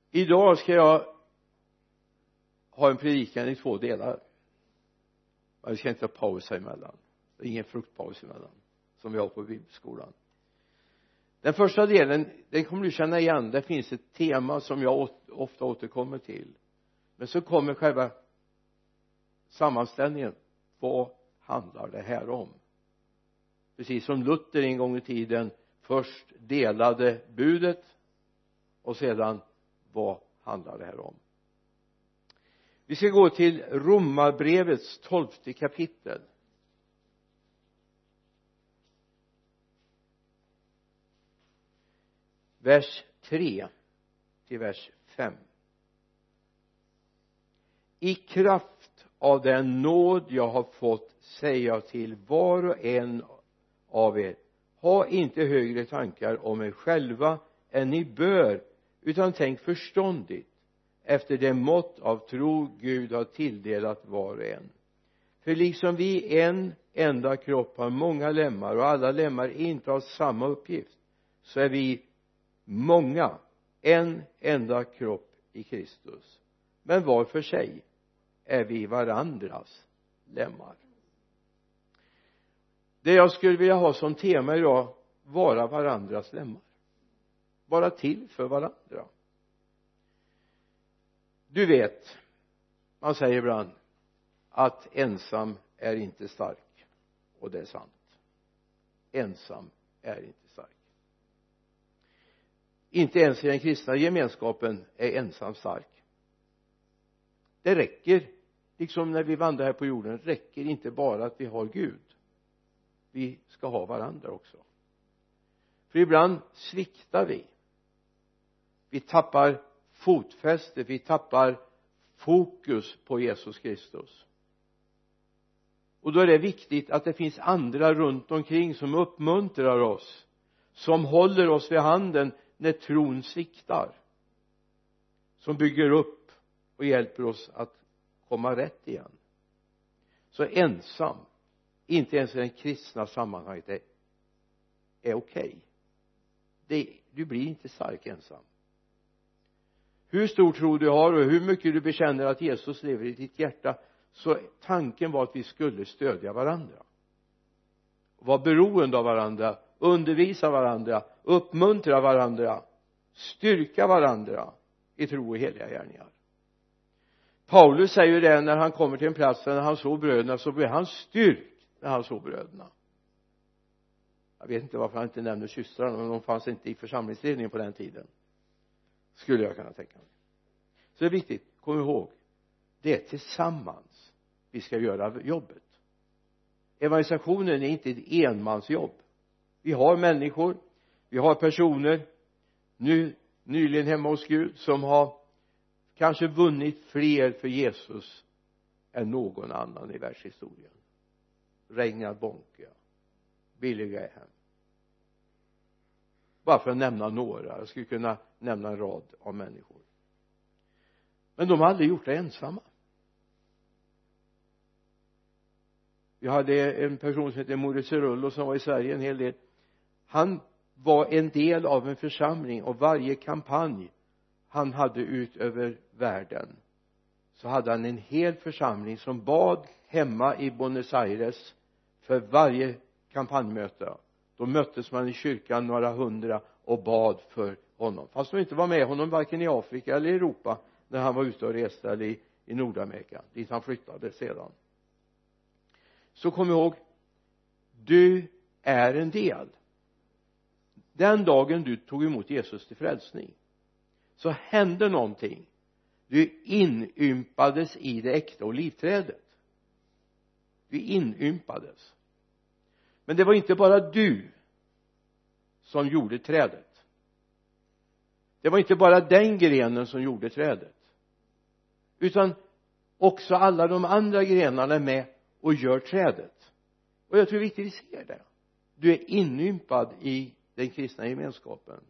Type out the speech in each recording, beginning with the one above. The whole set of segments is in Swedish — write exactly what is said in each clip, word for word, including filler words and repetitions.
Idag ska jag ha en predikan i två delar. Jag ska inte ha paus emellan. Det är ingen fruktpaus emellan som vi har på bibelskolan. Den första delen, den kommer du känna igen. Det finns ett tema som jag ofta återkommer till. Men så kommer själva sammanställningen. Vad handlar det här om? Precis som Luther en gång i tiden först delade budet och sedan vad handlar det här om? Vi ska gå till Romarbrevets tolfte kapitel. Vers tre till vers fem. I kraft av den nåd jag har fått säga till var och en av er, ha inte högre tankar om er själva än ni bör, utan tänk förståndigt efter det mått av tro Gud har tilldelat var och en. För liksom vi en enda kropp har många lemmar och alla lemmar inte har samma uppgift, så är vi många en enda kropp i Kristus, men var för sig är vi varandras lemmar. Det jag skulle vilja ha som tema idag, vara varandras lemmar, vara till för varandra. Du vet, man säger ibland att ensam är inte stark, och det är sant. Ensam är inte stark. Inte ens i den kristna gemenskapen är ensam stark. Det räcker, liksom när vi vandrar här på jorden, räcker inte bara att vi har Gud. Vi ska ha varandra också. För ibland sviktar vi. Vi tappar fotfäste, vi tappar fokus på Jesus Kristus. Och då är det viktigt att det finns andra runt omkring som uppmuntrar oss, som håller oss vid handen när tron sviktar, som bygger upp och hjälper oss att komma rätt igen. Så ensam, inte ens i den kristna sammanhanget, är, är okej. Det, du blir inte stark ensam. Hur stor tro du har och hur mycket du bekänner att Jesus lever i ditt hjärta, så tanken var att vi skulle stödja varandra, vara beroende av varandra, undervisa varandra, uppmuntra varandra, styrka varandra i tro och heliga gärningar. Paulus säger ju det när han kommer till en plats när han såg bröderna, så blev han styrkt när han såg bröderna. Jag vet inte varför han inte nämner systrarna, men de fanns inte i församlingsledningen på den tiden, skulle jag kunna tänka mig. Så det är viktigt, kom ihåg, det är tillsammans vi ska göra jobbet. Evangelisationen är inte ett enmansjobb. Vi har människor, vi har personer nu nyligen hemma hos Gud som har kanske vunnit fler för Jesus än någon annan i världshistorien. Reinhard Bonnke, Billy Graham, bara för att nämna några. Jag skulle kunna nämna en rad av människor, men de har aldrig gjort det ensamma. Vi hade en person som heter Maurice Cerullo som var i Sverige en hel del. Han var en del av en församling, och varje kampanj han hade ut över världen så hade han en hel församling som bad hemma i Buenos Aires för varje kampanjmöte. Då möttes man i kyrkan några hundra och bad för honom, fast de inte var med honom varken i Afrika eller i Europa när han var ute och reste, eller i, i Nordamerika dit han flyttade sedan. Så kom ihåg, du är en del. Den dagen du tog emot Jesus till frälsning så hände någonting. Du inympades i det äkta olivträdet. Du inympades. Men det var inte bara du som gjorde trädet. Det var inte bara den grenen som gjorde trädet, utan också alla de andra grenarna är med och gör trädet. Och jag tror viktigt vi ser det. Du är inympad i den kristna gemenskapen.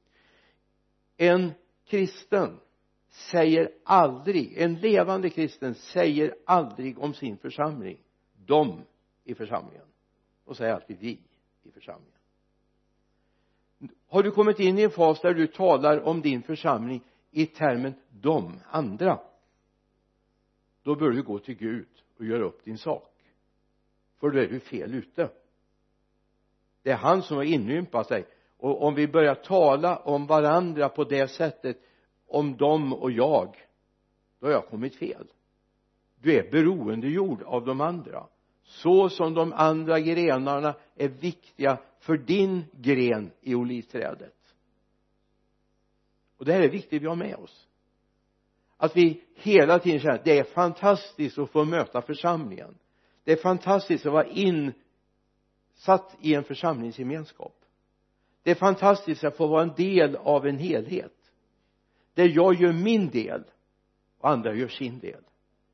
En kristen säger aldrig, en levande kristen säger aldrig om sin församling de i församlingen, och säger alltid vi i församlingen. Har du kommit in i en fas där du talar om din församling i termen de andra, då bör du gå till Gud och göra upp din sak, för då är du fel ute. Det är han som har inympat sig. Och om vi börjar tala om varandra på det sättet, om dem och jag, då har jag kommit fel. Du är beroendegjord av de andra, så som de andra grenarna är viktiga för din gren i olivträdet. Och det här är viktigt vi har med oss, att vi hela tiden känner att det är fantastiskt att få möta församlingen. Det är fantastiskt att vara insatt i en församlingsgemenskap. Det är fantastiskt att få vara en del av en helhet, där jag gör min del och andra gör sin del,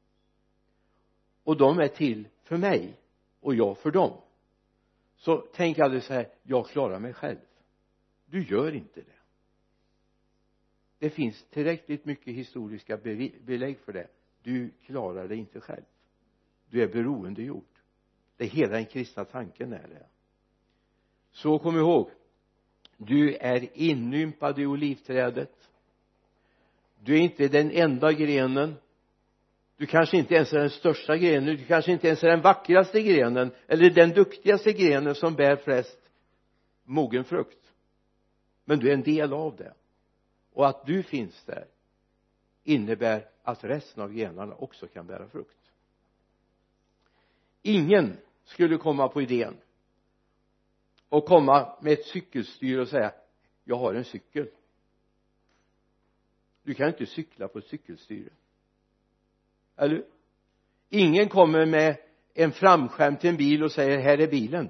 och de är till för mig och jag för dem. Så tänk aldrig så här, jag klarar mig själv. Du gör inte det. Det finns tillräckligt mycket historiska belägg för det. Du klarar det inte själv. Du är beroendegjord. Det är hela den kristna tanken är det. Så kom ihåg, du är inympad i olivträdet. Du är inte den enda grenen. Du kanske inte ens är den största grenen. Du kanske inte ens är den vackraste grenen, eller den duktigaste grenen som bär flest mogen frukt. Men du är en del av det. Och att du finns där innebär att resten av grenarna också kan bära frukt. Ingen skulle komma på idén och komma med ett cykelstyr och säga, jag har en cykel. Du kan inte cykla på ett cykelstyre. Eller? Ingen kommer med en framskärm till en bil och säger, här är bilen.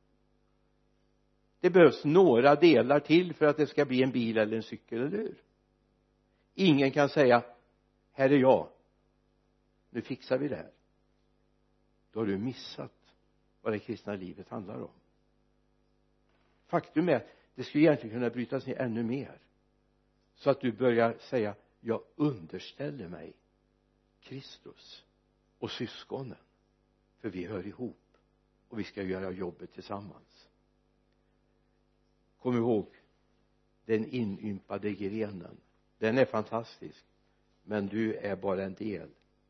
Det behövs några delar till för att det ska bli en bil eller en cykel, eller hur? Ingen kan säga, här är jag, nu fixar vi det här. Då har du missat vad det kristna livet handlar om. Faktum är att det skulle egentligen kunna brytas ner ännu mer, så att du börjar säga, jag underställer mig Kristus och syskonen, för vi hör ihop och vi ska göra jobbet tillsammans. Kom ihåg, den inympade grenen, den är fantastisk, men du är bara en del.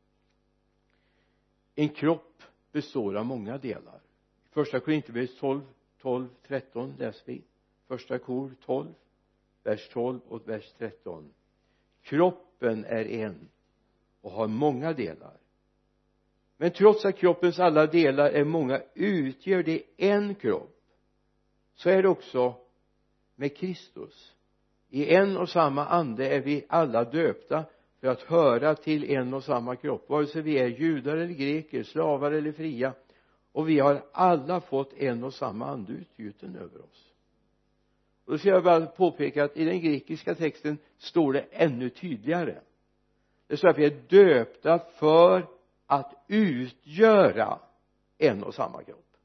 En kropp består av många delar. Första Korinthierbrevet tolv, tolv, tretton läser vi. Första Kor tolv, vers tolv och vers tretton. Kroppen är en och har många delar. Men trots att kroppens alla delar är många, utgör det en kropp. Så är det också med Kristus. I en och samma ande är vi alla döpta för att höra till en och samma kropp, vare sig vi är judar eller greker, slavar eller fria, och vi har alla fått en och samma ande utgjuten över oss. Och då ska jag bara påpeka att i den grekiska texten står det ännu tydligare. Det står att vi är döpta för att utgöra en och samma kropp.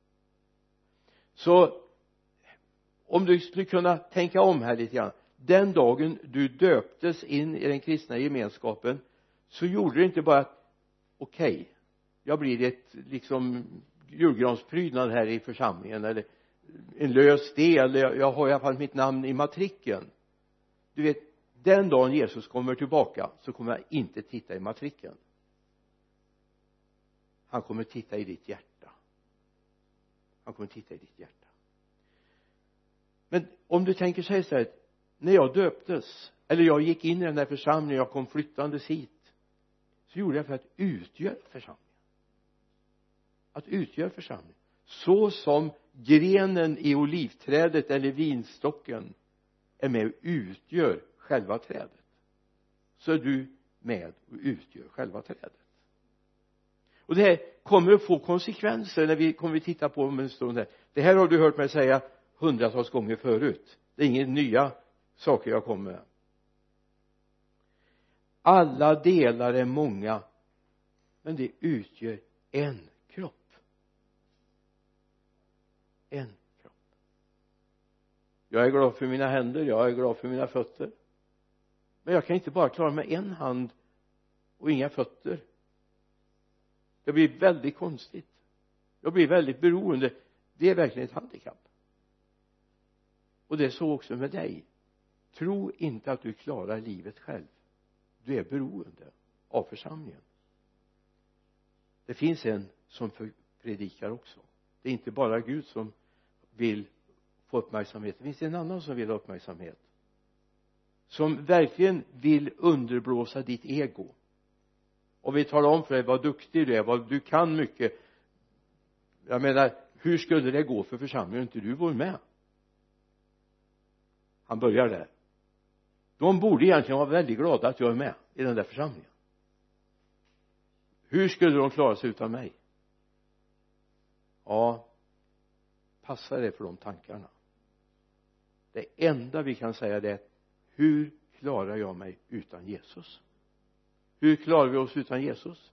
Så om du skulle kunna tänka om här lite grann, den dagen du döptes in i den kristna gemenskapen, så gjorde det inte bara att okej, okay, jag blir ett liksom julgransprydnad här i församlingen, eller en lös del, jag, jag har i alla fall mitt namn i matrikeln. Du vet, den dagen Jesus kommer tillbaka så kommer jag inte titta i matrikeln. Han kommer titta i ditt hjärta. Han kommer titta i ditt hjärta. Men om du tänker sig så här, när jag döptes, eller jag gick in i den här församlingen, jag kom flyttandes hit, så gjorde jag för att utgöra församlingen. Att utgöra församlingen. Så som grenen i olivträdet eller vinstocken är med och utgör själva trädet, så är du med och utgör själva trädet. Och det här kommer att få konsekvenser när vi kommer att titta på om en stund här. Det här har du hört mig säga hundratals gånger förut. Det är inga nya saker jag kommer med. Alla delar är många, men det utgör en kropp. En kropp. Jag är glad för mina händer, jag är glad för mina fötter. Men jag kan inte bara klara med en hand och inga fötter. Det blir väldigt konstigt. Jag blir väldigt beroende. Det är verkligen ett handikapp. Och det är så också med dig. tro inte att du klarar livet själv. Du är beroende av församlingen. Det finns en som predikar också. Det är inte bara Gud som vill få uppmärksamhet. Det finns en annan som vill ha uppmärksamhet, som verkligen vill underblåsa ditt ego och vill tala om för dig vad duktig du är, vad du kan mycket. Jag menar, hur skulle det gå för församlingen om inte du var med? Han börjar där. De borde egentligen vara väldigt glada att jag är med i den där församlingen. Hur skulle de klara sig utan mig? Ja, passar det för de tankarna? Det enda vi kan säga det är: hur klarar jag mig utan Jesus? Hur klarar vi oss utan Jesus?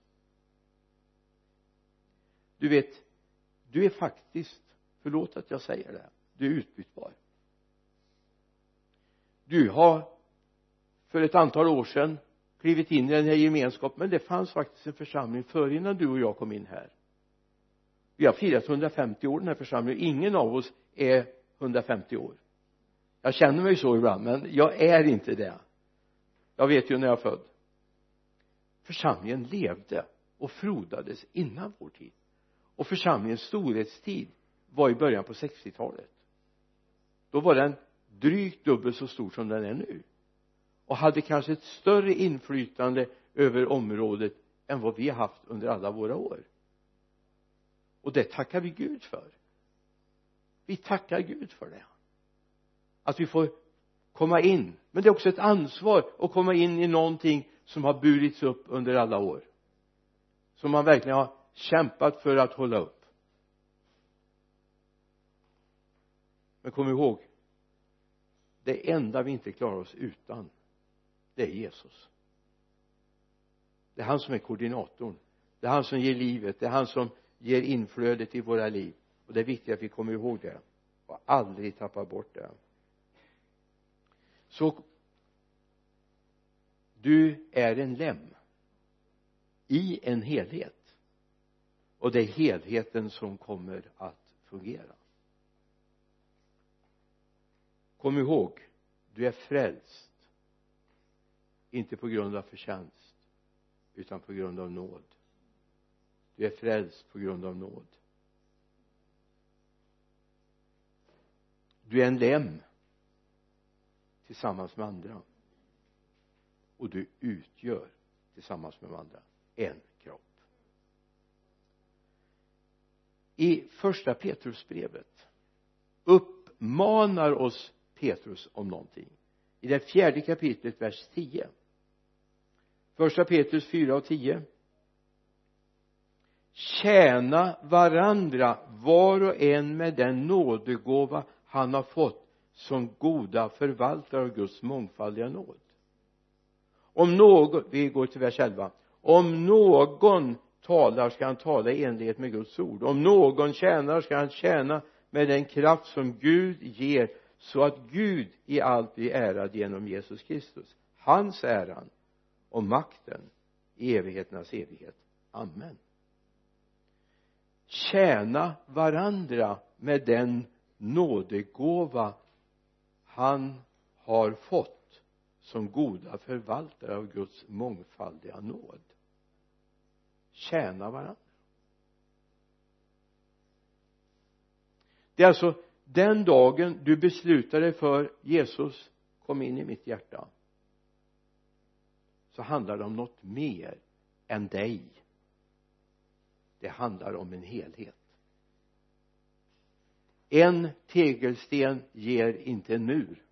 Du vet, du är faktiskt, förlåt att jag säger det, du är utbytbar. Du har för ett antal år sedan klivit in i den här gemenskapen, men det fanns faktiskt en församling för innan du och jag kom in här. Vi har firat hundrafemtio år den här församlingen. Ingen av oss är hundrafemtio år. Jag känner mig så ibland, men jag är inte det. Jag vet ju när jag är född. Församlingen levde och frodades innan vår tid. Och församlingens storhetstid var i början på sextiotalet. Då var den drygt dubbelt så stor som den är nu. Och hade kanske ett större inflytande över området än vad vi har haft under alla våra år. Och det tackar vi Gud för. Vi tackar Gud för det. Att vi får komma in. Men det är också ett ansvar att komma in i någonting som har burits upp under alla år. Som man verkligen har kämpat för att hålla upp. Men kom ihåg, det enda vi inte klarar oss utan, det är Jesus. Det är han som är koordinatorn. Det är han som ger livet. Det är han som ger inflödet i våra liv. Och det är viktigt att vi kommer ihåg det och aldrig tappar bort det. Så du är en lem i en helhet, och det är helheten som kommer att fungera. Kom ihåg, du är frälst inte på grund av förtjänst utan på grund av nåd. Du är frälst på grund av nåd. Du är en lem tillsammans med andra, och du utgör tillsammans med andra en kropp. I första Petrusbrevet uppmanar oss Petrus om någonting. I det fjärde kapitlet, vers tio. Första Petrus fyra och tio. Tjäna varandra var och en med den nådegåva han har fått som goda förvaltare av Guds mångfaldiga nåd. Om någon, vi går till vers elva. Om någon talar ska han tala i enlighet med Guds ord. Om någon tjänar ska han tjäna med den kraft som Gud ger, så att Gud i allt blir ärad genom Jesus Kristus. Hans äran och makten i evigheternas evighet. Amen. Tjäna varandra med den nådegåva han har fått som goda förvaltare av Guds mångfaldiga nåd. Tjäna varandra. Det är alltså den dagen du beslutar dig för Jesus kom in i mitt hjärta, så handlar det om något mer än dig. Det handlar om en helhet. En tegelsten ger inte en mur,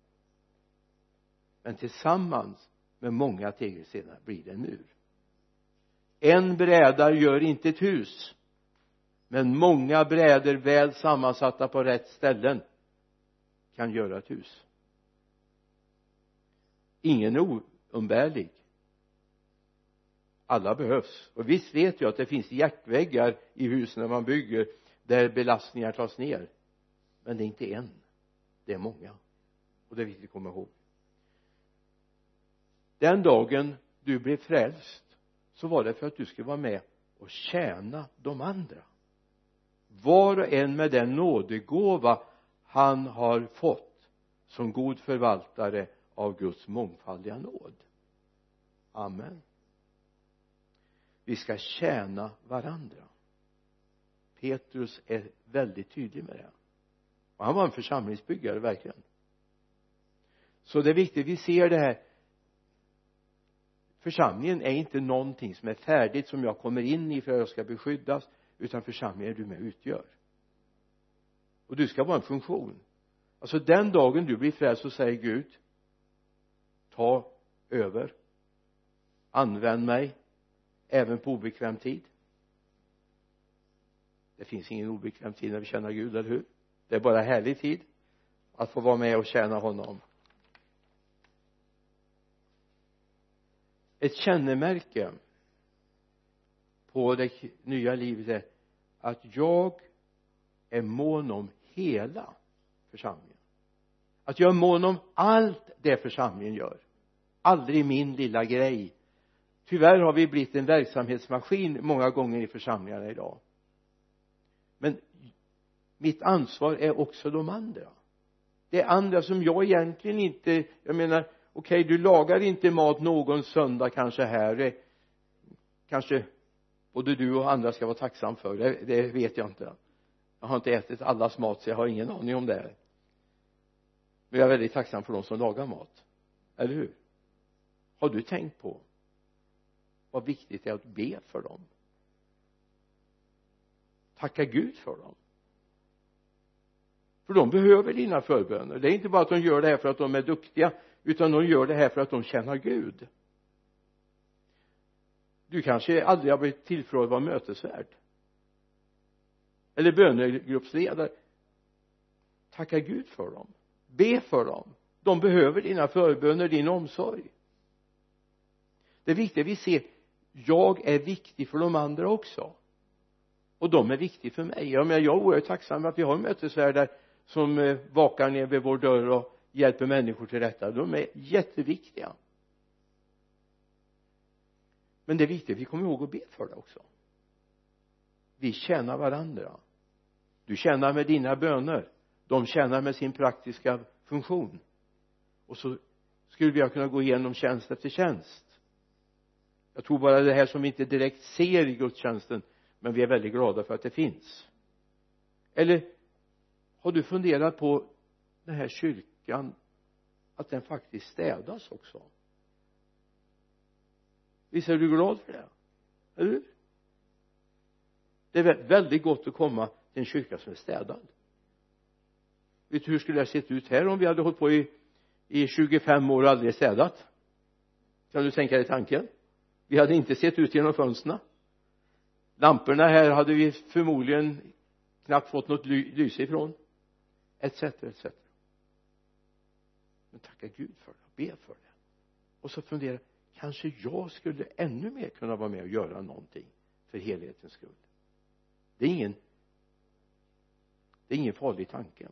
men tillsammans med många tegelstenar blir det en mur. En bräda gör inte ett hus, men många brädor väl sammansatta på rätt ställen kan göra ett hus. Ingen är oumbärlig. Alla behövs. Och visst vet jag att det finns hjärtväggar i hus när man bygger där belastningar tas ner. Men det är inte en. Det är många. Och det är viktigt att komma ihåg. Den dagen du blev frälst, så var det för att du skulle vara med och tjäna de andra. Var och en med den nådegåva han har fått som god förvaltare av Guds mångfaldiga nåd. Amen. Vi ska tjäna varandra. Petrus är väldigt tydlig med det. Och han var en församlingsbyggare verkligen. Så det är viktigt, vi ser det här. Församlingen är inte någonting som är färdigt som jag kommer in i för att jag ska beskyddas, utan församlingen är du med och utgör. Och du ska vara en funktion. Alltså den dagen du blir frälst så säger Gud, ta över, använd mig även på obekväm tid. Det finns ingen obekväm tid när vi tjänar Gud, eller hur? Det är bara härlig tid att få vara med och tjäna honom. Ett kännemärke på det nya livet är att jag är mån om hela församlingen. Att jag är mån om allt det församlingen gör. Aldrig min lilla grej. Tyvärr har vi blivit en verksamhetsmaskin många gånger i församlingarna idag. Men mitt ansvar är också de andra. Det är andra som jag egentligen inte, jag menar, okej, okay, du lagar inte mat någon söndag kanske här. Kanske både du och andra ska vara tacksam för. Det, det vet jag inte. Jag har inte ätit allas mat så jag har ingen aning om det. Men jag är väldigt tacksam för de som lagar mat. Eller hur? Har du tänkt på vad viktigt det är att be för dem? Tacka Gud för dem. För de behöver dina förböner. Det är inte bara att de gör det här för att de är duktiga, utan de gör det här för att de känner Gud. Du kanske aldrig har blivit tillfrågad att vara mötesvärd eller bönegruppsledare. Tacka Gud för dem. Be för dem. De behöver dina förböner, din omsorg. Det är viktigt att vi ser, jag är viktig för de andra också. Och de är viktiga för mig. Jag menar, jag är oerhört tacksam att vi har mötesvärdar som vakar ner vid vår dörr och hjälper människor till rätta. De är jätteviktiga. Men det är viktigt att vi kommer ihåg att be för det också. Vi tjänar varandra. Du tjänar med dina böner. De tjänar med sin praktiska funktion. Och så skulle vi kunna gå igenom tjänst efter tjänst. Jag tror bara det här som vi inte direkt ser i gudstjänsten, men vi är väldigt glada för att det finns. Eller har du funderat på den här kyrkan, att den faktiskt städas också? Visst är du glad för det? Eller hur? Det är väldigt gott att komma till en kyrka som är städad. Vet du hur skulle det ha sett ut här om vi hade hållit på i, i tjugofem år och aldrig städat? Kan du tänka dig tanken? Vi hade inte sett ut genom fönsterna. Lamporna här hade vi förmodligen knappt fått något ly- lys ifrån. Etc, et cetera. Men tacka Gud för det. Be för det. Och så fundera, kanske jag skulle ännu mer kunna vara med och göra någonting för helhetens skull. Det är ingen det är ingen farlig tanke.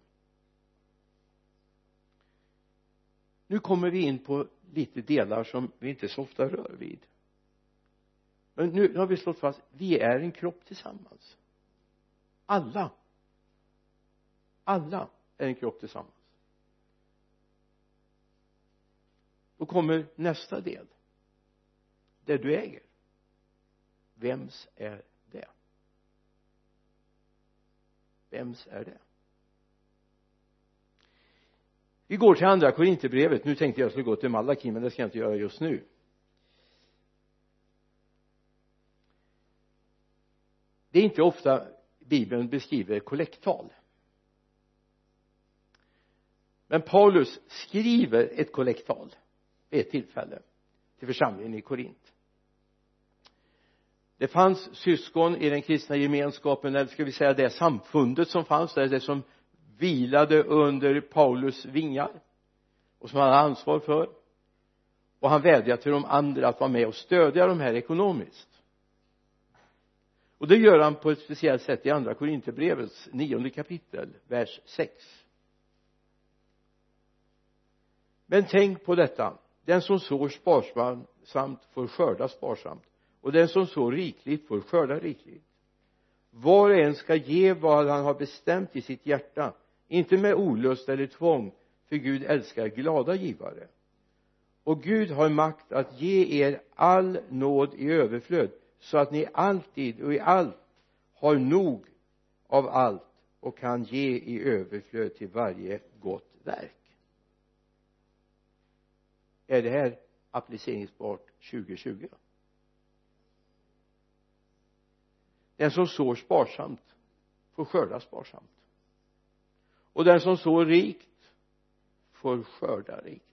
Nu kommer vi in på lite delar som vi inte så ofta rör vid. Men nu har vi slått fast, vi är en kropp tillsammans. Alla. Alla är en kropp tillsammans. Då kommer nästa del. Det du äger. Vems är det? Vems är det? Vi går till andra Korinthierbrevet. Nu tänkte jag skulle gå till Malaki, men det ska jag inte göra just nu. Det är inte ofta Bibeln beskriver kollekttal. Men Paulus skriver ett kollekttal vid ett tillfälle till församlingen i Korint. Det fanns syskon i den kristna gemenskapen, eller ska vi säga det samfundet som fanns där, det som vilade under Paulus vingar och som han hade ansvar för. Och han vädjade till de andra att vara med och stödja de här ekonomiskt. Och det gör han på ett speciellt sätt i andra Korinthierbrevets nionde kapitel, vers sex. Men tänk på detta. Den som sår sparsamt får skörda sparsamt. Och den som sår rikligt får skörda rikligt. Var och en ska ge vad han har bestämt i sitt hjärta. Inte med olust eller tvång. för Gud älskar glada givare. Och Gud har makt att ge er all nåd i överflöd, så att ni alltid och i allt har nog av allt och kan ge i överflöd till varje gott verk. Är det här appliceringsbart tjugo tjugo? Den som sår sparsamt får skörda sparsamt, och den som sår rikt får skörda rikt.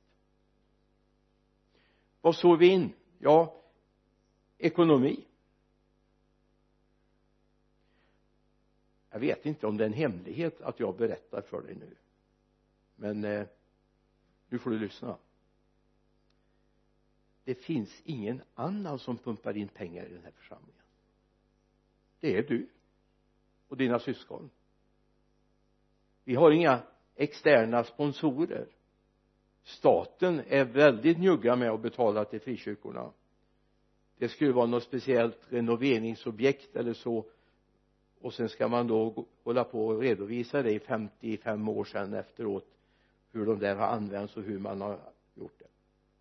Vad sår vi in? Ja, ekonomi. Jag vet inte om det är en hemlighet att jag berättar för dig nu, men eh, nu får du lyssna. Det finns ingen annan som pumpar in pengar i den här församlingen. Det är du och dina syskon. Vi har inga externa sponsorer. Staten är väldigt njugga med att betala till frikyrkorna. Det skulle vara något speciellt renoveringsobjekt eller så, och sen ska man då hålla på och redovisa det i femtiofem år sedan efteråt, hur de där har använts och hur man har gjort det.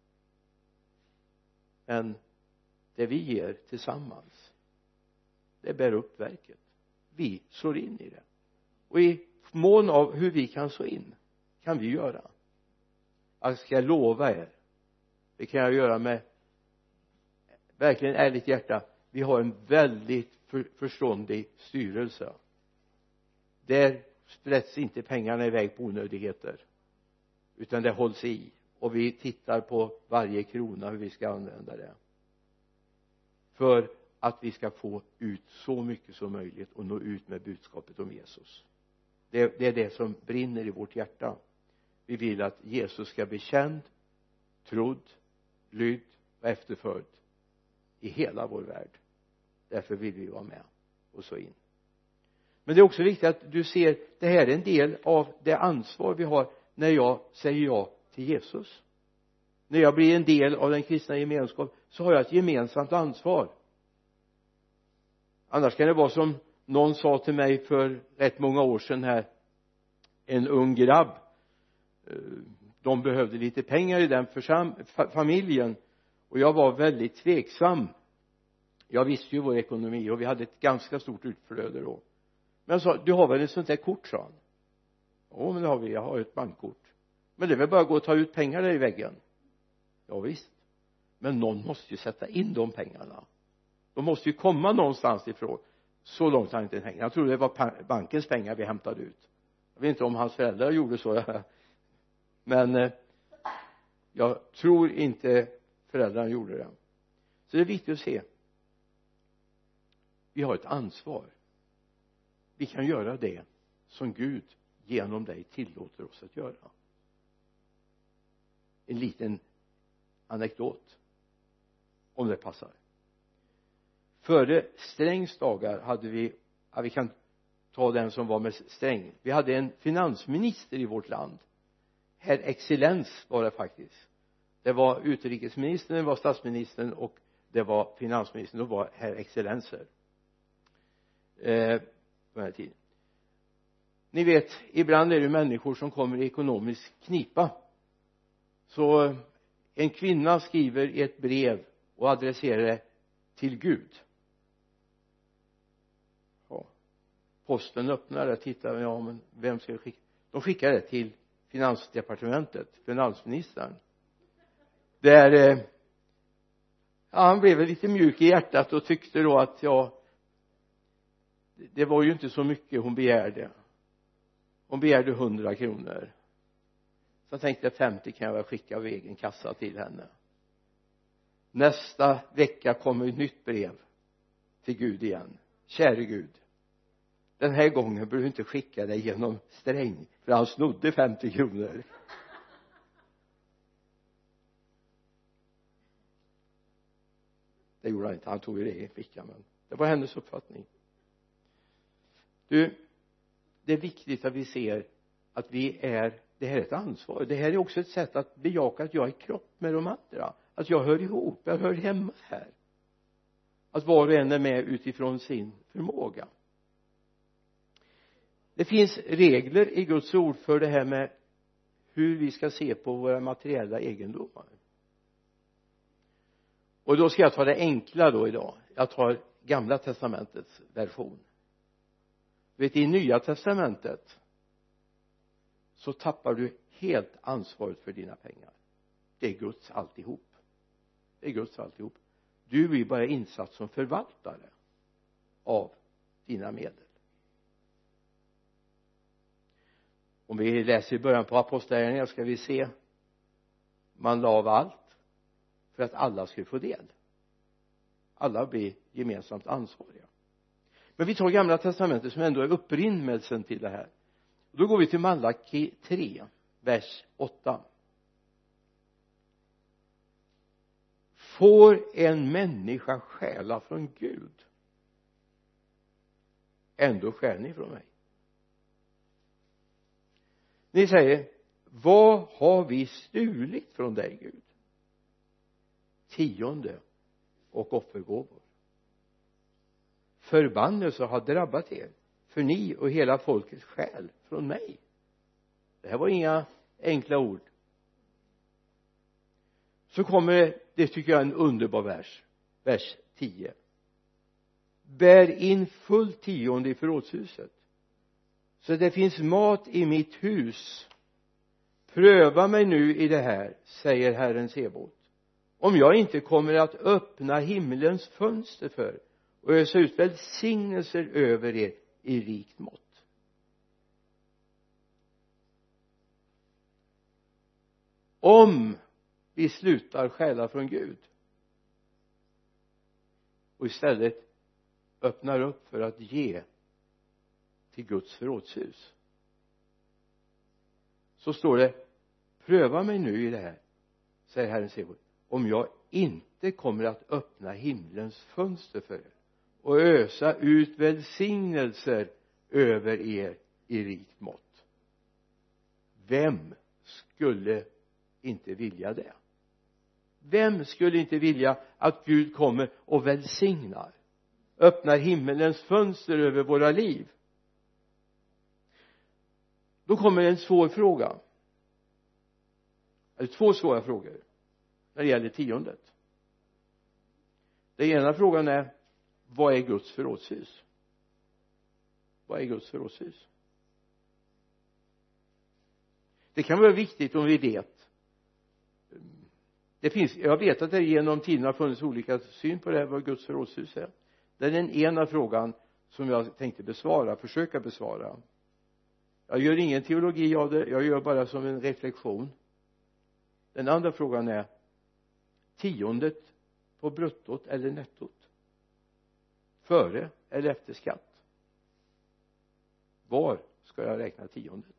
Men det vi ger tillsammans, det bär upp verket. Vi slår in i det, och i mån av hur vi kan så in kan vi göra. Jag ska lova er, det kan jag göra med verkligen ärligt hjärta, vi har en väldigt för, förståndig styrelse. Där sprätts inte pengarna iväg på onödigheter, utan det hålls i, och vi tittar på varje krona hur vi ska använda det, för att vi ska få ut så mycket som möjligt och nå ut med budskapet om Jesus. Det, det är det som brinner i vårt hjärta. Vi vill att Jesus ska bli känd, trodd, lydd och efterföljd i hela vår värld. Därför vill vi vara med och så in. Men det är också viktigt att du ser, det här är en del av det ansvar vi har när jag säger ja till Jesus. När jag blir en del av den kristna gemenskapen, så har jag ett gemensamt ansvar. Annars kan det vara som någon sa till mig för rätt många år sedan här, en ung grabb, de behövde lite pengar i den försam- familjen, och jag var väldigt tveksam. Jag visste ju vår ekonomi och vi hade ett ganska stort utflöde då. Men jag sa, du har väl ett sånt där kort, sa han. Ja, men det har vi, jag har ett bankkort. Men det är väl bara att gå och ta ut pengar där i väggen. Ja visst, men någon måste ju sätta in de pengarna. De måste ju komma någonstans ifrån. Så långt har inte pengar. Jag tror det var bankens pengar vi hämtade ut. Jag vet inte om hans föräldrar gjorde så. Men eh, jag tror inte föräldrarna gjorde det. Så det är viktigt att se. Vi har ett ansvar. Vi kan göra det som Gud genom dig tillåter oss att göra. En liten anekdot, om det passar. Före Strängs dagar hade vi, ja, vi kan ta den som var med Sträng. Vi hade en finansminister i vårt land. Herr Excellens var det faktiskt. Det var utrikesministern, det var statsministern och det var finansministern. Då var herr Excellenser. Eh, på den här tiden. Ni vet, ibland är det människor som kommer i ekonomisk knipa. Så en kvinna skriver i ett brev och adresserar det till Gud. Ja. Posten öppnar det, tittar, ja men vem ska vi skicka? De skickar det till finansdepartementet, finansministern. Där eh, ja, han blev lite mjuk i hjärtat och tyckte då att ja, det var ju inte så mycket hon begärde. Hon begärde hundra kronor. Så jag tänkte femtio kan jag väl skicka av egen kassa till henne. Nästa vecka kommer ett nytt brev till Gud igen. Käre Gud, den här gången behöver du inte skicka det genom Sträng, för han snodde femtio kronor. Det gjorde han inte, han tog ju det i fickan, men det var hennes uppfattning. Du, det är viktigt att vi ser att vi är, det här är ett ansvar. Det här är också ett sätt att bejaka att jag är kropp med de andra. Att jag hör ihop, jag hör hemma här. Att var och en är med utifrån sin förmåga. Det finns regler i Guds ord för det här med hur vi ska se på våra materiella egendomar. Och då ska jag ta det enkla då idag. Jag tar Gamla testamentets version. Vet du, i Nya testamentet så tappar du helt ansvaret för dina pengar. Det är Guds alltihop. Det är Guds alltihop. Du blir bara insatt som förvaltare av dina medel. Om vi läser i början på apostlagärningarna ska vi se, man la av allt för att alla skulle få del. Alla blir gemensamt ansvariga. Men vi tar Gamla testamentet som ändå är upprinnelsen till det här. Då går vi till Malaki tre, vers åtta. Får en människa stjäla från Gud, ändå stjäl ni från mig. Ni säger, vad har vi stulit från dig, Gud? Tionde och offergåvor. Förbannelse har drabbat er, för ni och hela folket stjäl från mig. Det här var inga enkla ord. Så kommer det, tycker jag, en underbar vers, vers tio. Bär in full tionde i förrådshuset, så det finns mat i mitt hus. Pröva mig nu i det här, säger Herren Sebot, om jag inte kommer att öppna himlens fönster för och ösa ut välsignelser över er i rikt mått. Om vi slutar stjäla från Gud och istället öppnar upp för att ge till Guds förrådshus, så står det, pröva mig nu i det här, säger Herren Sebot, om jag inte kommer att öppna himlens fönster för er och ösa ut välsignelser över er i rikt mått. Vem skulle inte vilja det? Vem skulle inte vilja att Gud kommer och välsignar, öppnar himmelens fönster över våra liv? Då kommer en svår fråga, eller två svåra frågor när det gäller tiondet. Den ena frågan är, vad är Guds förrådshus? Vad är Guds förrådshus? Det kan vara viktigt om vi vet. Det finns, jag vet att det genom tiden har funnits olika syn på det här, vad Guds förrådshus är. Det är den ena frågan som jag tänkte besvara, försöka besvara. Jag gör ingen teologi av det, jag gör bara som en reflektion. Den andra frågan är, tiondet på bruttot eller nettot? Före eller efter skatt? Var ska jag räkna tiondet?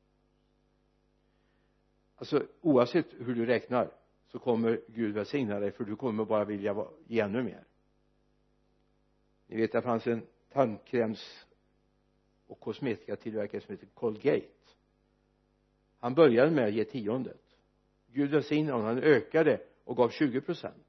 Alltså oavsett hur du räknar så kommer Gud välsigna dig, för du kommer bara vilja ge ännu mer. Ni vet, det fanns en tandkräms och kosmetikatillverkare som heter Colgate. Han började med att ge tiondet. Gud välsignade honom, han ökade och gav tjugo procent.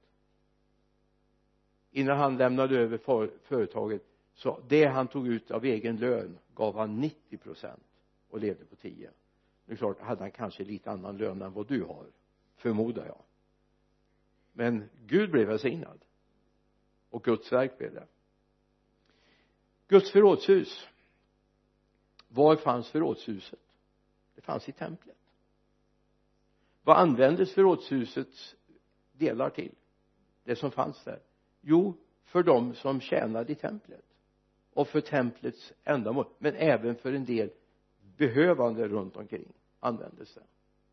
Innan han lämnade över för, företaget, så det han tog ut av egen lön gav han nittio procent och levde på tio. Det är klart, hade han kanske lite annan lön än vad du har, förmodar jag. Men Gud blev välsignad och Guds verk blev det. Guds förrådshus. Var fanns förrådshuset? Det fanns i templet. Vad användes förrådshusets delar till? Det som fanns där? Jo, för dem som tjänade i templet och för templets ändamål, men även för en del behövande runt omkring användes det.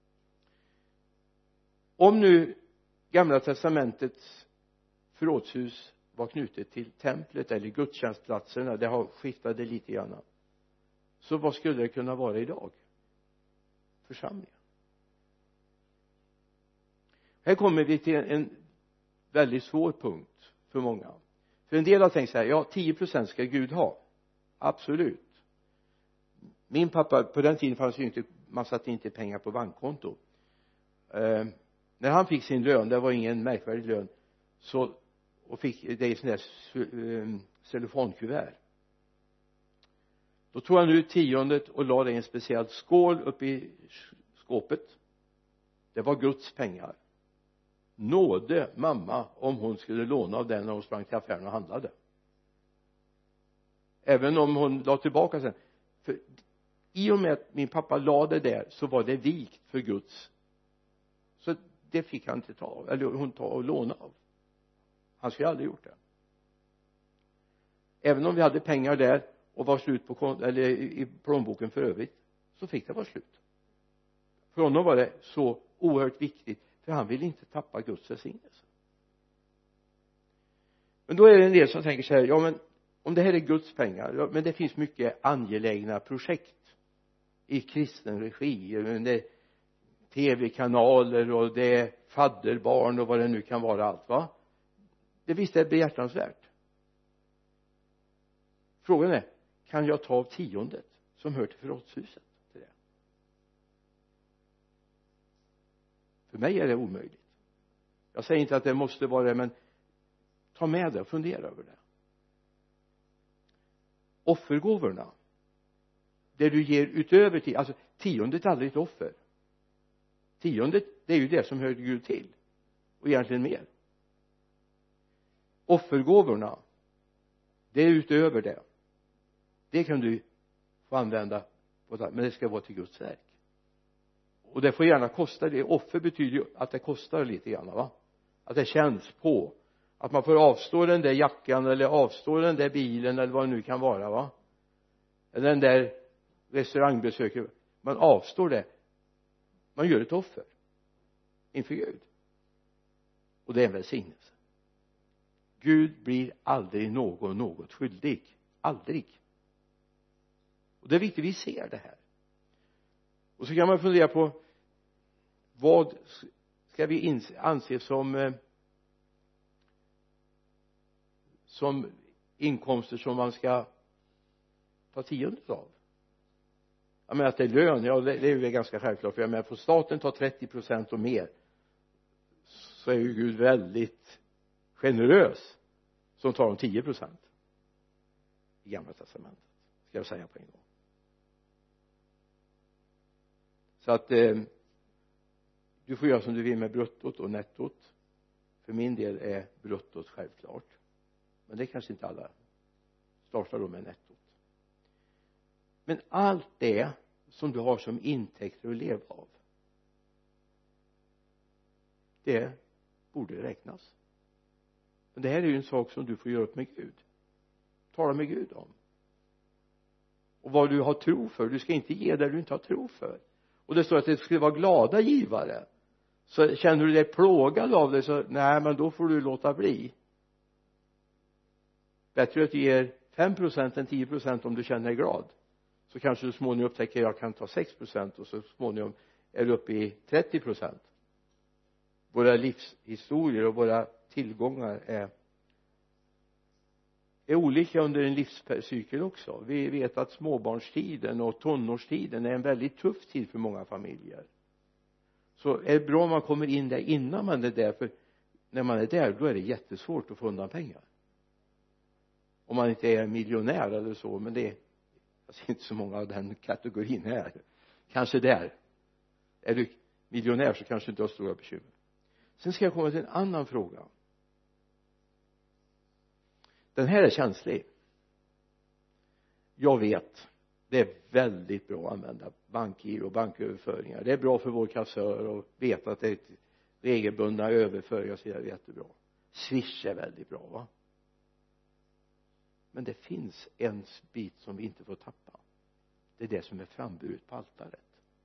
Om nu Gamla testamentets förrådshus var knutet till templet eller gudstjänstplatserna, det har skiftade lite grann, så vad skulle det kunna vara idag? Församlingen. Här kommer vi till en väldigt svår punkt för många. För en del har tänkt så här, ja, tio procent ska Gud ha. Absolut. Min pappa, på den tiden fanns ju inte, man satte inte pengar på bankkonto. Eh, när han fick sin lön, det var ingen märkvärdig lön, så, och fick det i sån där eh, telefonkuvert. Då tog han ut tiondet och la det i en speciell skål uppe i skåpet, det var Guds pengar. Nådde mamma om hon skulle låna av den när hon sprang till affären och handlade, även om hon la tillbaka sen. För i och med att min pappa la det där så var det vikt för Guds, så det fick han inte ta, eller hon ta och låna av. Han skulle aldrig gjort det. Även om vi hade pengar där och var slut på, eller i plånboken för övrigt, så fick det vara slut. För honom var det så oerhört viktigt, för han ville inte tappa Guds välsignelse. Men då är det en del som tänker så här, ja men om det här är Guds pengar, ja, men det finns mycket angelägna projekt i kristen regi, men det är tv-kanaler och det är fadderbarn och vad det nu kan vara, allt va. Det visst är behjärtansvärt. Frågan är, kan jag ta av tiondet som hör till förrådshuset till det? För mig är det omöjligt. Jag säger inte att det måste vara det, men ta med det och fundera över det. Offergåvorna, det du ger utöver till, alltså tiondet är aldrig ett offer. Tiondet, det är ju det som hör Gud till, och egentligen mer. Offergåvorna, det är utöver det. Det kan du få använda, men det ska vara till Guds verk. Och det får gärna kosta det. Offer betyder ju att det kostar lite grann, va? Att det känns på. Att man får avstå den där jackan, eller avstå den där bilen, eller vad det nu kan vara, va? Eller den där restaurangbesöket. Man avstår det. Man gör ett offer inför Gud. Och det är en välsignelse. Gud blir aldrig någon något skyldig. Aldrig. Och det är viktigt att vi ser det här. Och så kan man fundera på, vad ska vi anse som eh, som inkomster som man ska ta tiondet av? Jag menar att det är lön, ja det, det är ju ganska självklart, för jag menar, får staten ta trettio procent och mer, så är ju Gud väldigt generös som tar om tio procent i Gamla testamentet, ska jag säga på en gång. Så att eh, du får göra som du vill med bruttot och nettot. För min del är bruttot självklart, men det kanske inte alla startar då med nettot. Men allt det som du har som intäkter att leva av, det borde räknas. Men det här är ju en sak som du får göra upp med Gud, tala med Gud om. Och vad du har tro för, du ska inte ge där du inte har tro för. Och det står att det skulle vara glada givare. Så känner du dig plågad av det, så nej, men då får du låta bli. Bättre att du ger fem procent än tio procent om du känner dig glad. Så kanske du småningom upptäcker att jag kan ta sex procent, och så småningom är du uppe i trettio procent. Våra livshistorier och våra tillgångar är är olika under en livscykel också. Vi vet att småbarnstiden och tonårstiden är en väldigt tuff tid för många familjer. Så är det bra om man kommer in där innan man är där, för när man är där, då är det jättesvårt att få undan pengar. Om man inte är miljonär eller så, men det är, jag ser inte så många av den kategorin här. Kanske där. Är du miljonär så kanske du inte har stora bekymmer. Sen ska jag komma till en annan fråga. Den här är känslig. Jag vet, det är väldigt bra att använda bankgiro och banköverföringar. Det är bra för vår kassör att veta att det är ett regelbundna överföringar, så är det jättebra. Swish är väldigt bra, va? Men det finns en bit som vi inte får tappa. Det är det som är framburet på altaret.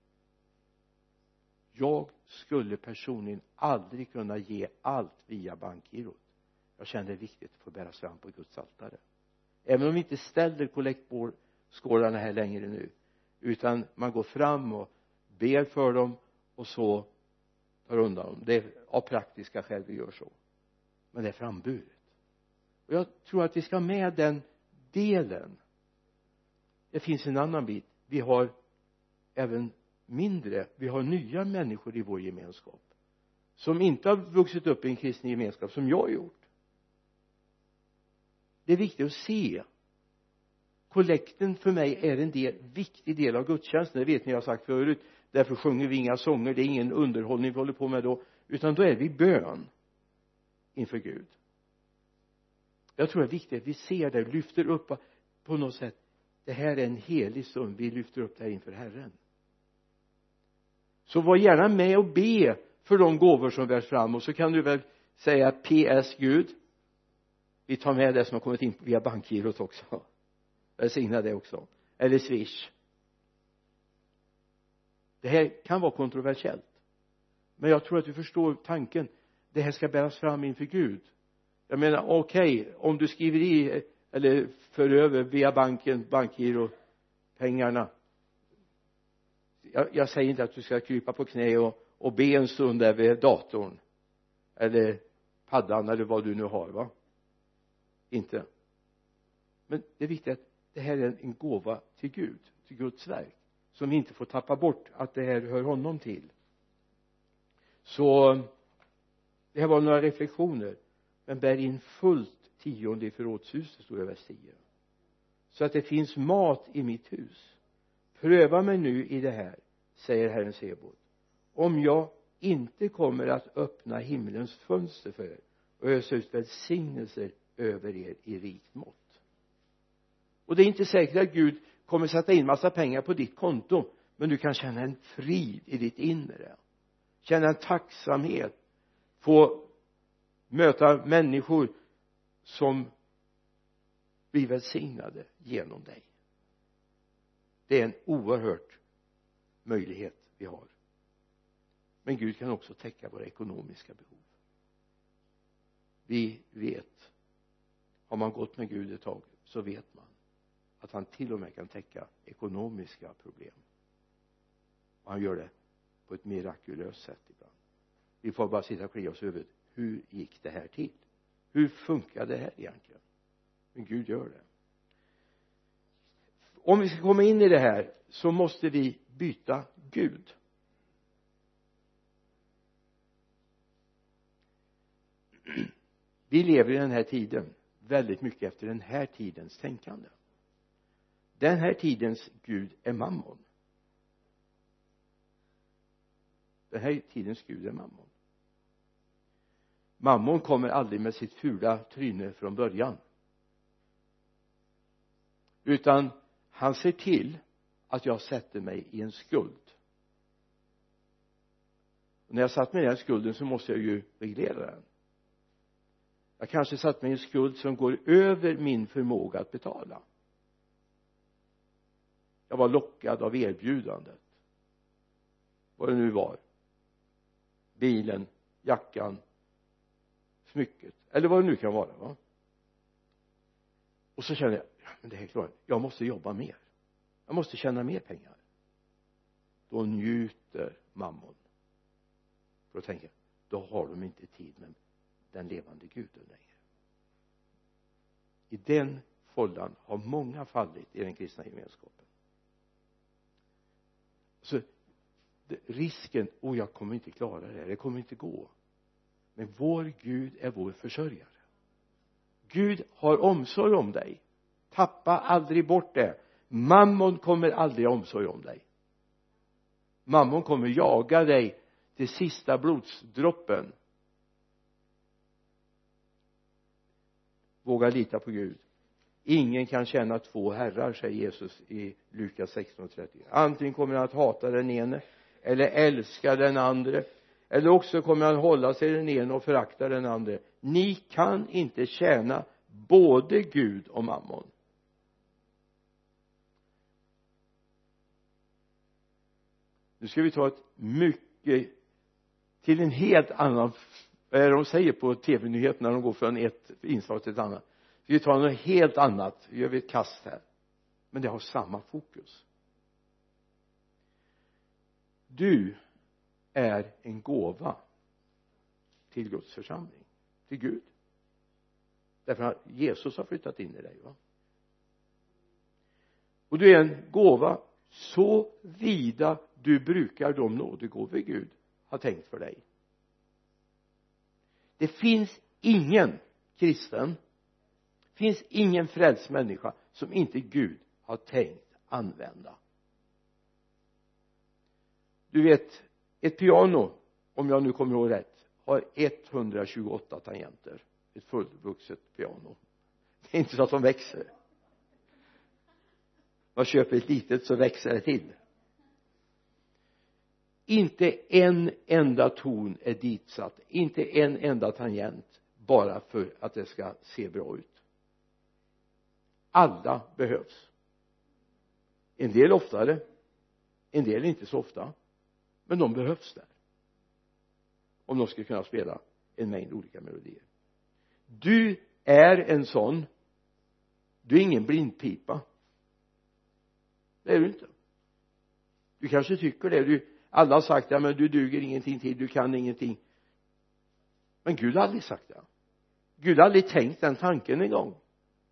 Jag skulle personligen aldrig kunna ge allt via bankgirot. Jag känner det viktigt att få bära fram på Guds altare. Även om vi inte ställer kollektskålarna här längre nu, utan man går fram och ber för dem och så tar undan dem. Det är av praktiska skäl vi gör så. Men det är framburet. Och jag tror att vi ska med den delen. Det finns en annan bit. Vi har även mindre, vi har nya människor i vår gemenskap som inte har vuxit upp i en kristen gemenskap som jag har gjort. Det är viktigt att se. Kollekten för mig är en del, viktig del av gudstjänsten. Det vet ni, jag har sagt förut. därför sjunger vi inga sånger, det är ingen underhållning vi håller på med då, utan då är vi bön inför Gud. Jag tror det är viktigt att vi ser det, lyfter upp på något sätt, det här är en helig stund, vi lyfter upp det här inför Herren. Så var gärna med och be för de gåvor som bärs fram, och så kan du väl säga P S Gud, vi tar med det som har kommit in via bankgirot också, välsigna det också, eller Swish. Det här kan vara kontroversiellt, men jag tror att du förstår tanken. Det här ska bäras fram inför Gud. Jag menar, okej, okay, om du skriver i eller för över via banken, bankgiro pengarna, jag, jag säger inte att du ska krypa på knä och, och be en stund där vid datorn eller paddan eller vad du nu har, va? Inte. Men det är viktigt att det här är en gåva till Gud, till Guds verk, som vi inte får tappa bort att det här hör honom till. Så det här var några reflektioner. Men bär in fullt tionde i förrådshuset, står det i vers tio, så att det finns mat i mitt hus. Pröva mig nu i det här, säger Herren Sebot, om jag inte kommer att öppna himlens fönster för er och ösa ut välsignelser över er i rikt mått. Och det är inte säkert att Gud kommer sätta in massa pengar på ditt konto, men du kan känna en frid i ditt inre, känna en tacksamhet, få möta människor som blir välsignade genom dig. Det är en oerhört möjlighet vi har. Men Gud kan också täcka våra ekonomiska behov. Vi vet, har man gått med Gud ett tag, så vet man att han till och med kan täcka ekonomiska problem. Och han gör det på ett mirakulöst sätt ibland. Vi får bara sitta och klia oss över, hur gick det här till? Hur funkar det här egentligen? Men Gud gör det. Om vi ska komma in i det här, så måste vi byta Gud. Vi lever i den här tiden väldigt mycket efter den här tidens tänkande. Den här tidens Gud är mammon. Den här tidens Gud är mammon. Mammon kommer aldrig med sitt fula tryne från början, utan han ser till att jag sätter mig i en skuld. Och när jag satt mig i den skulden, så måste jag ju reglera den. Jag kanske satt mig i en skuld som går över min förmåga att betala. Jag var lockad av erbjudandet, vad det nu var, bilen, jackan, smycket, eller vad det nu kan vara, va? Och så känner jag, ja, men det är klart, jag måste jobba mer, jag måste tjäna mer pengar. Då njuter mammon, för att tänka, då har de inte tid med den levande Guden längre. I den fållan har många fallit i den kristna gemenskapen. Så det, risken, och jag kommer inte klara det här, det kommer inte gå. Men vår Gud är vår försörjare. Gud har omsorg om dig. Tappa aldrig bort det. Mammon kommer aldrig ha omsorg om dig. Mammon kommer jaga dig till sista blodsdroppen. Våga lita på Gud. Ingen kan tjäna två herrar, säger Jesus i Lukas sexton trettio. Antingen kommer han att hata den ene eller älska den andra, eller också kommer han hålla sig den ene och förakta den andra. Ni kan inte tjäna både Gud och mammon. Nu ska vi ta ett mycket till en helt annan, vad är det de säger på tv-nyheterna när de går från ett inslag till ett annat. Vi tar något helt annat, gör vi ett kast här, men det har samma fokus. Du är en gåva till Guds församling, till Gud, därför att Jesus har flyttat in i dig, va? Och du är en gåva så vida du brukar de nådegåvor Gud har tänkt för dig. Det finns ingen kristen, finns ingen frälst människa som inte Gud har tänkt använda. du vet, ett piano, om jag nu kommer ihåg rätt, har etthundratjugoåtta tangenter. Ett fullvuxet piano. Det är inte så att de växer. Man köper ett litet så växer det till. Inte en enda ton är ditsatt, inte en enda tangent, bara för att det ska se bra ut. Alla behövs. En del oftare, en del inte så ofta, men de behövs där om de ska kunna spela en mängd olika melodier. Du är en sån. Du är ingen blindpipa. Det är du inte. Du kanske tycker det. Du, alla har sagt, ja men du duger ingenting till, du kan ingenting. Men Gud har aldrig sagt det. Gud har aldrig tänkt den tanken en gång.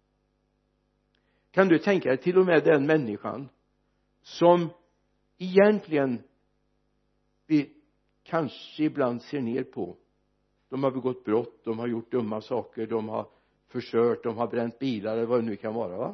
Kan du tänka dig till och med den människan som egentligen vi kanske ibland ser ner på. De har begått brott, de har gjort dumma saker, de har förstört, de har bränt bilar eller vad det nu kan vara, va?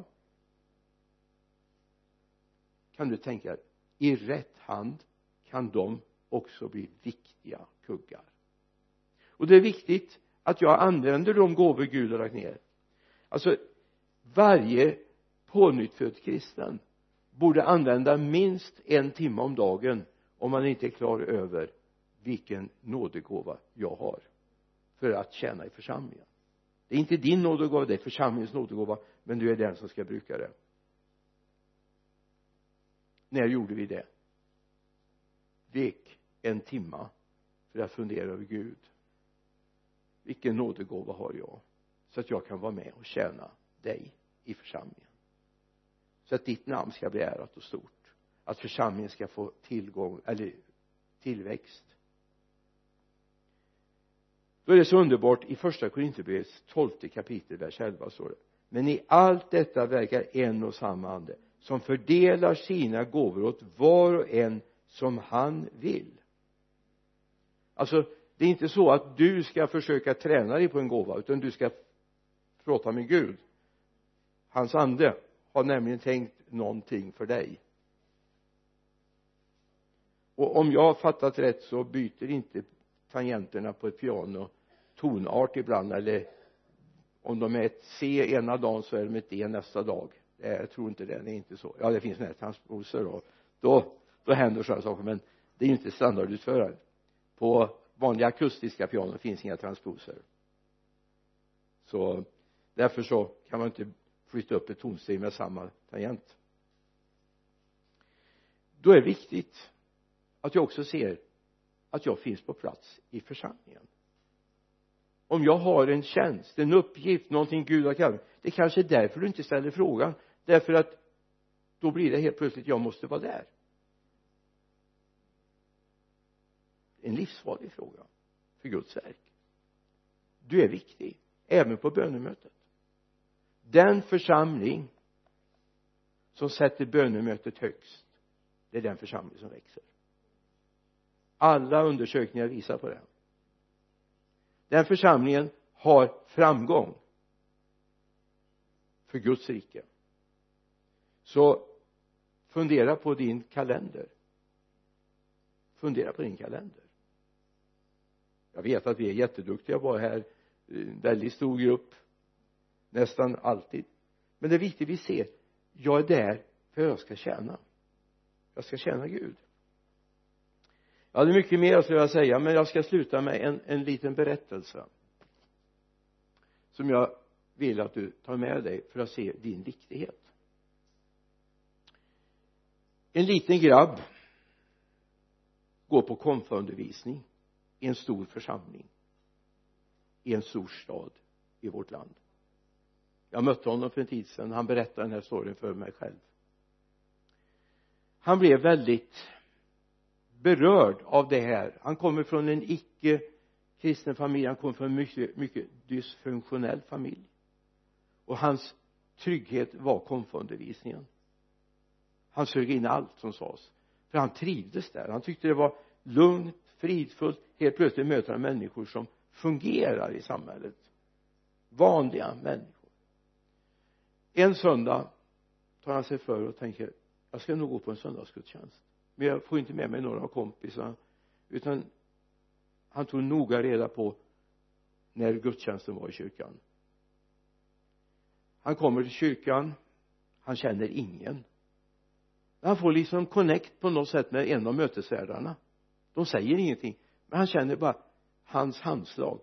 Kan du tänka dig, i rätt hand kan de också bli viktiga kuggar. Och det är viktigt att jag använder de gåvor Gud har lagt ner. Alltså varje pånyttfödd kristen borde använda minst en timme om dagen, om man inte är klar över vilken nådegåva jag har för att tjäna i församlingen. Det är inte din nådegåva, det är församlingens nådegåva, men du är den som ska bruka det. När gjorde vi det? Vek en timma för att fundera över Gud. Vilken nådegåva har jag, så att jag kan vara med och tjäna dig i församlingen, så att ditt namn ska bli ärat och stort, att församlingen ska få tillgång eller tillväxt. Då är det så underbart i första Korinthierbrevets tolfte kapitel vers elva står det: men i allt detta verkar en och samma ande, som fördelar sina gåvor åt var och en som han vill. Alltså det är inte så att du ska försöka träna dig på en gåva, utan du ska prata med Gud. Hans ande har nämligen tänkt någonting för dig. Och om jag har fattat rätt så byter inte tangenterna på ett piano tonart ibland, eller om de är ett C ena dagen så är de ett D nästa dag. Jag tror inte det, det är inte så. Ja, det finns en transposer då, då, då händer sådana saker, men det är inte standardutförare. På vanliga akustiska pianon finns inga transposer. Så därför så kan man inte flytta upp ett tonsteg med samma tangent. Då är det viktigt att jag också ser att jag finns på plats i församlingen. Om jag har en tjänst, en uppgift, någonting Gud har kallat, det kanske är därför du inte ställer frågan, därför att då blir det helt plötsligt jag måste vara där. En livsfarlig fråga för Guds verk. Du är viktig även på bönemötet. Den församling som sätter bönemötet högst, det är den församling som växer. Alla undersökningar visar på det. Den församlingen har framgång för Guds rike. Så fundera på din kalender. Fundera på din kalender. Jag vet att vi är jätteduktiga på här, en väldigt stor grupp, nästan alltid. Men det är viktigt vi ser, jag är där för jag ska tjäna. Jag ska tjäna Gud. Jag hade mycket mer att jag säga, men jag ska sluta med en, en liten berättelse som jag vill att du tar med dig för att se din viktighet. En liten grabb går på konfundervisning i en stor församling i en stor stad i vårt land. Jag mötte honom för en tid sedan. Han berättade den här storyn för mig själv. Han blev väldigt berörd av det här. Han kommer från en icke kristen familj. Han kommer från en mycket, mycket dysfunktionell familj. Och hans trygghet var konfundervisningen. Han sög in allt som sades. För han trivdes där. Han tyckte det var lugnt, fridfullt. Helt plötsligt möter han människor som fungerar i samhället. Vanliga människor. En söndag tar han sig för och tänker, jag ska nog gå på en söndagsgudstjänst. men jag får inte med mig några kompisar, utan han tog noga reda på när gudstjänsten var i kyrkan. Han kommer till kyrkan, han känner ingen, han får liksom connect på något sätt med en av mötesvärdarna. De säger ingenting, men han känner bara hans handslag,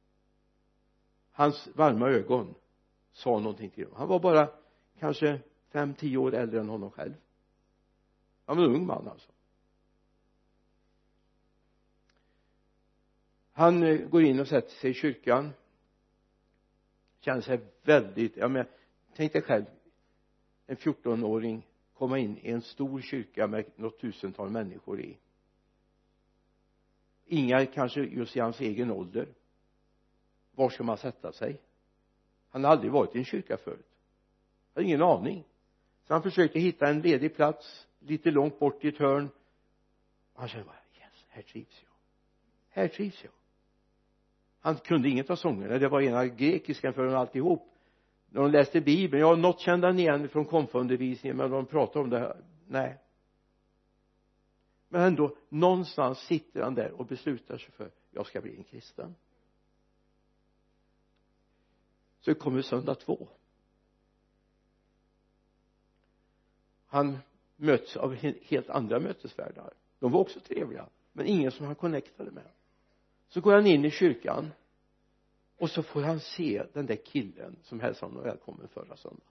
hans varma ögon sa någonting till honom. Han var bara kanske fem, tio år äldre än honom själv. Han var en ung man alltså. Han går in och sätter sig i kyrkan, känner sig väldigt, ja men tänk dig själv en fjortonåring komma in i en stor kyrka med något tusental människor i. Inga kanske just i hans egen ålder. Var ska man sätta sig? Han har aldrig varit i en kyrka förut. Han har ingen aning. Så han försökte hitta en ledig plats lite långt bort i ett hörn. Han kände bara, yes, här trivs jag. Här trivs jag. Han kunde inget av sångerna. Det var ena grekiskan för honom alltihop. När de läste Bibeln, ja, något kände han igen från konfundervisningen, men de pratade om det här, nej. Men ändå, någonstans sitter han där och beslutar sig för, jag ska bli en kristen. Så kommer söndag två. Han möts av helt andra mötesvärdar. De var också trevliga, men ingen som han connectade med. Så går han in i kyrkan och så får han se den där killen som hälsade honom välkommen förra söndagen.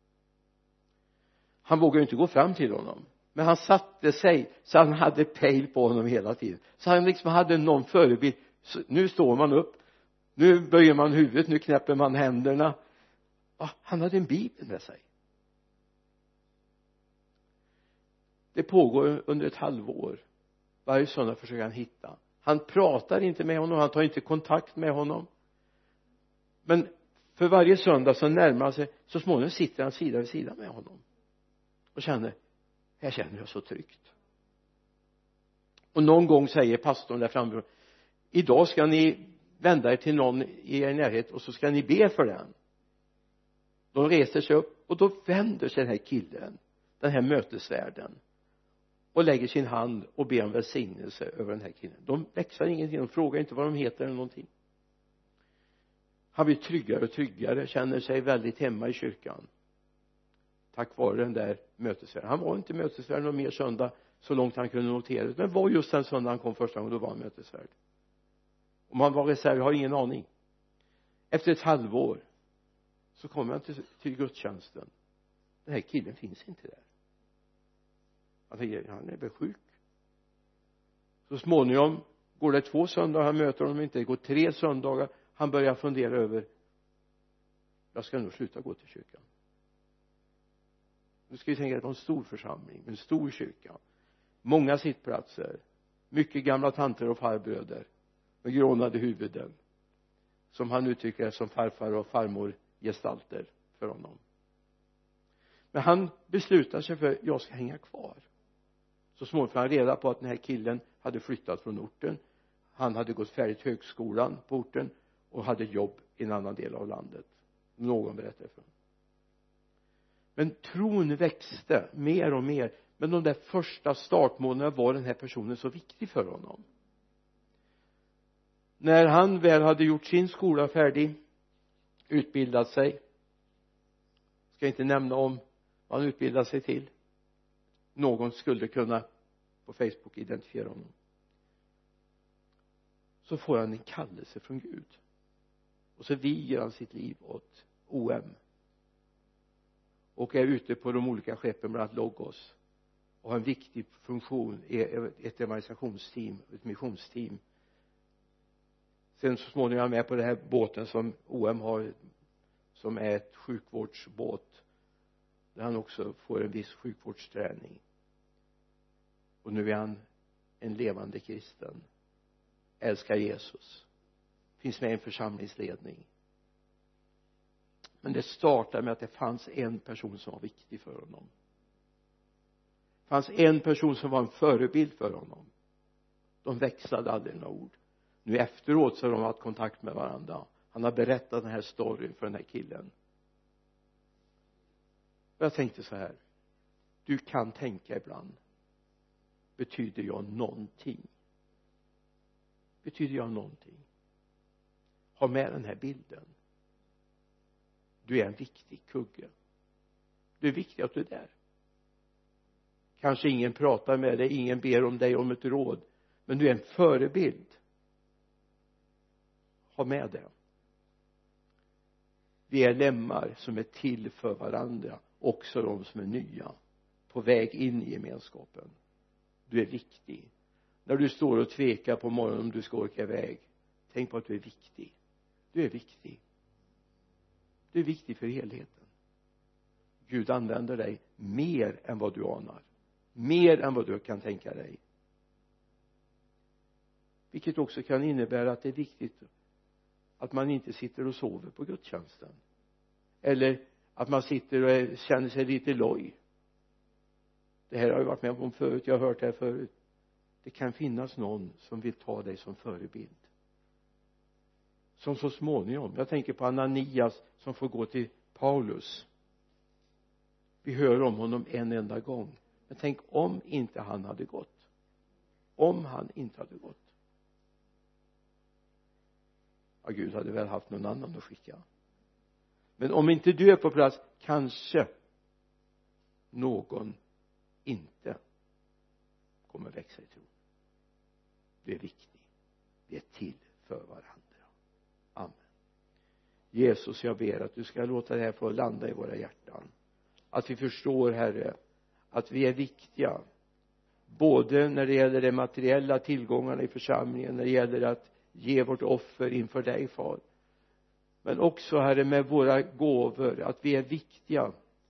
Han vågar ju inte gå fram till honom, men han satte sig så han hade pejl på honom hela tiden. Så han liksom hade någon förebild. Så nu står man upp, nu böjer man huvudet, nu knäpper man händerna. Ja, han hade en bibel med sig. Det pågår under ett halvår. Varje söndag försöker han hitta. Han pratar inte med honom, han tar inte kontakt med honom. Men för varje söndag så närmar sig, så småningom sitter han sida vid sida med honom. Och känner, här känner jag så tryggt. Och någon gång säger pastorn där framme, idag ska ni vända er till någon i er närhet och så ska ni be för den. De reser sig upp och då vänder sig den här killen, den här mötesvärden, och lägger sin hand och ber om välsignelse över den här killen. De växlar ingenting, de frågar inte vad de heter eller någonting. Han blir tryggare och tryggare, känner sig väldigt hemma i kyrkan. Tack vare den där mötesvärden. Han var inte mötesvärd någon mer söndag så långt han kunde notera det. Men var just den söndag han kom första gången, då var han mötesvärd. Om han var reserv, jag har ingen aning. Efter ett halvår så kommer han till, till gudstjänsten. Den här killen finns inte där. Han tänker, han är väl sjuk. Så småningom går det två söndagar, han möter honom inte. Det går tre söndagar. Han börjar fundera över, jag ska nog sluta gå till kyrkan. Nu ska vi tänka på en stor församling, en stor kyrka. Många sittplatser. Mycket gamla tanter och farbröder med grånade huvuden. Som han uttrycker som farfar och farmor gestalter för honom. Men han beslutar sig för, jag ska hänga kvar. Så småningom får han reda på att den här killen hade flyttat från orten. Han hade gått färdigt högskolan på orten och hade jobb i en annan del av landet. Någon berättade för honom. Men tron växte mer och mer. Men de där första startmånaderna var den här personen så viktig för honom. När han väl hade gjort sin skola färdig, utbildat sig, ska inte nämna om vad han utbildade sig till. Någon skulle kunna på Facebook identifiera honom. Så får han en kallelse från Gud. Och så viger han sitt liv åt O M. Och är ute på de olika skeppen, bland annat Logos. Och har en viktig funktion i ett evangelisationsteam, ett missionsteam. Sen så småningom är han med på den här båten som O M har, som är ett sjukvårdsbåt. Där han också får en viss sjukvårdsträning. Och nu är han en levande kristen. Älskar Jesus. Finns med i en församlingsledning. Men det startar med att det fanns en person som var viktig för honom. Det fanns en person som var en förebild för honom. De växlade aldrig några ord. Nu efteråt så har de haft kontakt med varandra. Han har berättat den här storyn för den här killen. Och jag tänkte så här. Du kan tänka ibland. betyder jag någonting? Betyder jag någonting? Ha med den här bilden. Du är en viktig kugge. Det är viktigt att du är där. Kanske ingen pratar med dig, ingen ber om dig om ett råd, men du är en förebild. Ha med det. Vi är lemmar som är till för varandra, också de som är nya, på väg in i gemenskapen. Du är viktig. När du står och tvekar på morgonen om du ska åka iväg, tänk på att du är viktig. Du är viktig. Du är viktig för helheten. Gud använder dig mer än vad du anar. Mer än vad du kan tänka dig. Vilket också kan innebära att det är viktigt att man inte sitter och sover på gudstjänsten. Eller att man sitter och känner sig lite loj. Det här har jag varit med om förut, jag har hört det här förut. Det kan finnas någon som vill ta dig som förebild. Som så småningom, jag tänker på Ananias som får gå till Paulus. Vi hör om honom en enda gång. Men tänk om inte han hade gått. Om han inte hade gått. Ja, Gud hade väl haft någon annan att skicka. Men om inte du är på plats, kanske någon inte kommer växa i tro. Du är viktig. Vi är till för varandra. Amen. Jesus, jag ber att du ska låta det här få landa i våra hjärtan. Att vi förstår, Herre, att vi är viktiga. Både när det gäller de materiella tillgångarna i församlingen, när det gäller att ge vårt offer inför dig, Far. Men också, Herre, med våra gåvor, att vi är viktiga.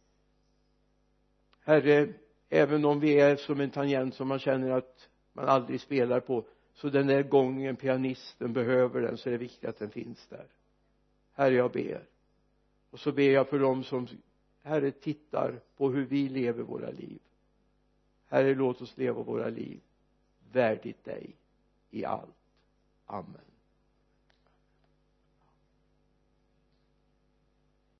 Herre, även om vi är som en tangent som man känner att man aldrig spelar på, så den där gången pianisten behöver den, så är det viktigt att den finns där. Herre, jag ber. Och så ber jag för dem som, Herre, tittar på hur vi lever våra liv. Herre, låt oss leva våra liv värdigt dig i allt. Amen.